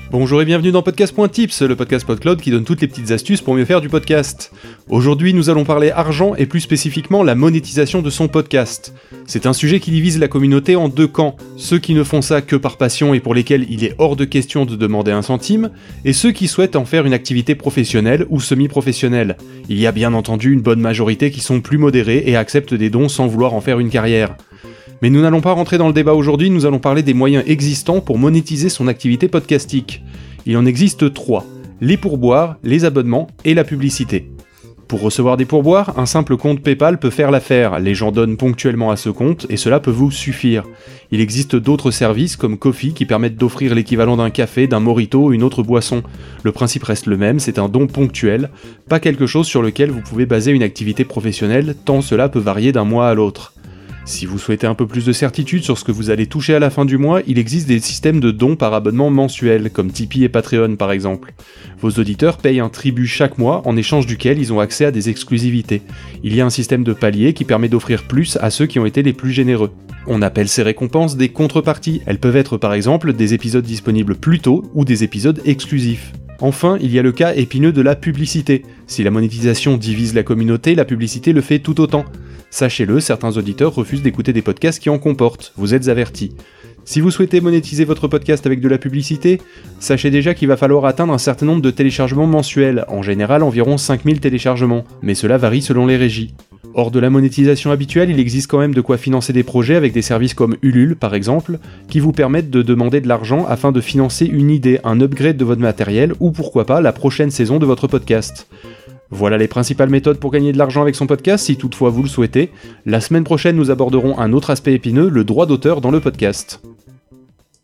Bonjour et bienvenue dans Podcast.tips, le podcast PodCloud qui donne toutes les petites astuces pour mieux faire du podcast. Aujourd'hui, nous allons parler argent et plus spécifiquement la monétisation de son podcast. C'est un sujet qui divise la communauté en deux camps, ceux qui ne font ça que par passion et pour lesquels il est hors de question de demander un centime, et ceux qui souhaitent en faire une activité professionnelle ou semi-professionnelle. Il y a bien entendu une bonne majorité qui sont plus modérés et acceptent des dons sans vouloir en faire une carrière. Mais nous n'allons pas rentrer dans le débat aujourd'hui, nous allons parler des moyens existants pour monétiser son activité podcastique. Il en existe 3, les pourboires, les abonnements et la publicité. Pour recevoir des pourboires, un simple compte PayPal peut faire l'affaire, les gens donnent ponctuellement à ce compte et cela peut vous suffire. Il existe d'autres services comme Ko-fi qui permettent d'offrir l'équivalent d'un café, d'un mojito ou une autre boisson. Le principe reste le même, c'est un don ponctuel, pas quelque chose sur lequel vous pouvez baser une activité professionnelle tant cela peut varier d'un mois à l'autre. Si vous souhaitez un peu plus de certitude sur ce que vous allez toucher à la fin du mois, il existe des systèmes de dons par abonnement mensuel, comme Tipeee et Patreon par exemple. Vos auditeurs payent un tribut chaque mois, en échange duquel ils ont accès à des exclusivités. Il y a un système de paliers qui permet d'offrir plus à ceux qui ont été les plus généreux. On appelle ces récompenses des contreparties, elles peuvent être par exemple des épisodes disponibles plus tôt ou des épisodes exclusifs. Enfin, il y a le cas épineux de la publicité. Si la monétisation divise la communauté, la publicité le fait tout autant. Sachez-le, certains auditeurs refusent d'écouter des podcasts qui en comportent, vous êtes avertis. Si vous souhaitez monétiser votre podcast avec de la publicité, sachez déjà qu'il va falloir atteindre un certain nombre de téléchargements mensuels, en général environ 5000 téléchargements, mais cela varie selon les régies. Hors de la monétisation habituelle, il existe quand même de quoi financer des projets avec des services comme Ulule par exemple, qui vous permettent de demander de l'argent afin de financer une idée, un upgrade de votre matériel ou pourquoi pas la prochaine saison de votre podcast. Voilà les principales méthodes pour gagner de l'argent avec son podcast si toutefois vous le souhaitez. La semaine prochaine nous aborderons un autre aspect épineux, le droit d'auteur dans le podcast.